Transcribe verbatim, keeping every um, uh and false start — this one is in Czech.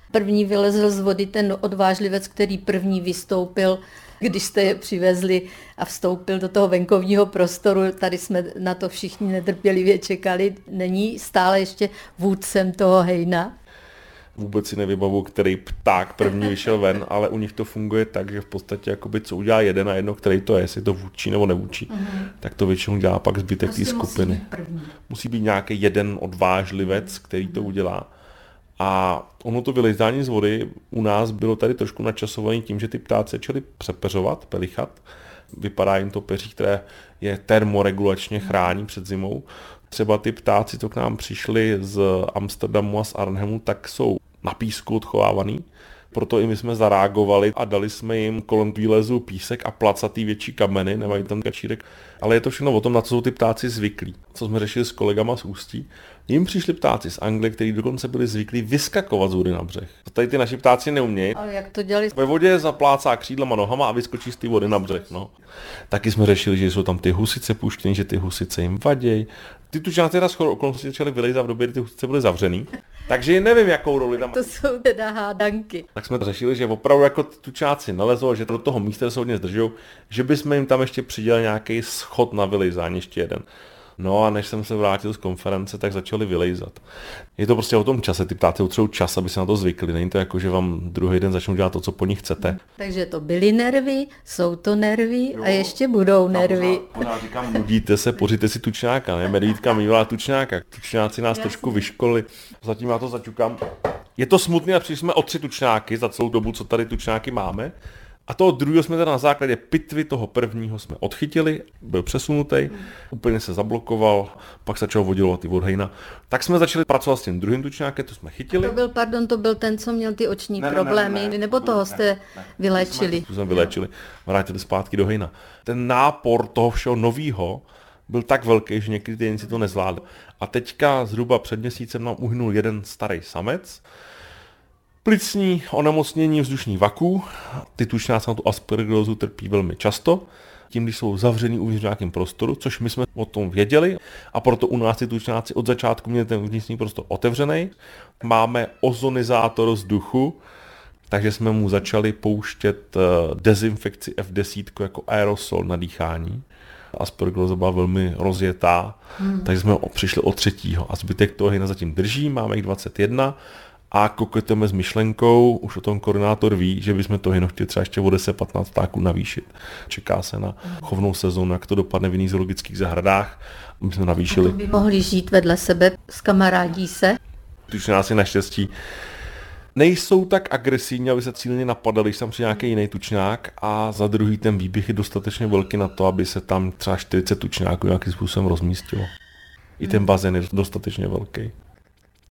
První vylezl z vody ten odvážlivec, který první vystoupil, když jste je přivezli a vstoupil do toho venkovního prostoru. Tady jsme na to všichni netrpělivě čekali. Není stále ještě vůdcem toho hejna? Vůbec si nevybavu, který pták první vyšel ven, ale u nich to funguje tak, že v podstatě jakoby, co udělá jeden a jedno, který to je, jestli je to vůdčí nebo nevůdčí, uh-huh. tak to většinou dělá pak zbytek té skupiny. Musí být, musí být nějaký jeden odvážlivec, který to udělá. A ono to vylejzání z vody u nás bylo tady trošku načasované tím, že ty ptáci začaly přepeřovat, pelichat. Vypadá jim to peří, které je termoregulačně chrání před zimou. Třeba ty ptáci, co k nám přišli z Amsterdamu a z Arnhemu, tak jsou na písku odchovávaný. Proto i my jsme zareagovali a dali jsme jim kolem výlezu písek a placatý větší kameny, nemají tam kačírek. Ale je to všechno o tom, na co jsou ty ptáci zvyklí. Co jsme řešili s kolegama z Ústí. Jim přišli ptáci z Anglie, kteří dokonce byli zvyklí vyskakovat z vody na břeh. To tady ty naši ptáci neumějí. Ale jak to dělali? Ve vodě zaplácá křídlama nohama a vyskočí z té vody na břeh. No. Taky jsme řešili, že jsou tam ty husice puštěny, že ty husice jim vadějí. Ty tučňáci teda shodou okolností začaly vylejzat v době, kdy ty husice byly zavřený. Takže nevím, jakou roli tam. To jsou teda hádanky. Tak jsme řešili, že opravdu jako tučňáci nalezou, že do toho místa se hodně zdržou, že bychom jim tam ještě přidělali nějaký schod na vylejzání, ještě jeden. No a než jsem se vrátil z konference, tak začali vylejzat. Je to prostě o tom čase, ty ptáci potřebují čas, aby se na to zvykli. Není to jako, že vám druhý den začnou dělat to, co po nich chcete. Takže to byly nervy, jsou to nervy jo. A ještě budou nervy. Pořád, pořád říkám, nudíte se, pořiďte si tučňáka, ne? Medvídka mývala tučňáka. Tučňáci nás Jasně. trošku vyškolili. Zatím já to zaťukám. Je to smutné a přišli jsme o tři tučňáky za celou dobu, co tady tučňáky máme. A toho druhého jsme teda na základě pitvy toho prvního jsme odchytili, byl přesunutý, mm. úplně se zablokoval, pak se začal vodilovat i od hejna. Tak jsme začali pracovat s tím druhým tučňákem, to jsme chytili. To byl, pardon, to byl ten, co měl ty oční ne, problémy, ne, ne, ne, nebo toho ne, jste ne, vyléčili? To jsme vyléčili, vrátili zpátky do hejna. Ten nápor toho všeho novýho byl tak velký, že někdy ty si to nezvládli. A teďka zhruba před měsícem nám uhynul jeden starý samec, plicní onemocnění vzdušních vaků. Ty tučňáci na tu aspergilózu trpí velmi často, tím, když jsou zavřený uvnitř v nějakém prostoru, což my jsme o tom věděli a proto u nás ty tučňáci od začátku měli ten vnitřní prostor otevřený. Máme ozonizátor vzduchu, takže jsme mu začali pouštět dezinfekci F deset jako aerosol na dýchání. Aspergilóza byla velmi rozjetá, hmm. takže jsme přišli o třetího a zbytek toho hejna zatím drží, máme jich dvacet jedna. A koketujeme s myšlenkou, už o tom koordinátor ví, že bychom to hejno chtěli třeba ještě o deset patnáct ptáků navýšit. Čeká se na chovnou sezónu, jak to dopadne v jiných zoologických zahradách. My jsme navýšili. A to by mohli žít vedle sebe, skamarádí se? Tučňáci naštěstí nejsou tak agresivní, aby se cíleně napadali, když tam přijde nějaký jiný tučňák, a za druhý ten výběh je dostatečně velký na to, aby se tam třeba čtyřicet tučňáků nějakým způsobem rozmístilo. I ten bazén je dostatečně velký.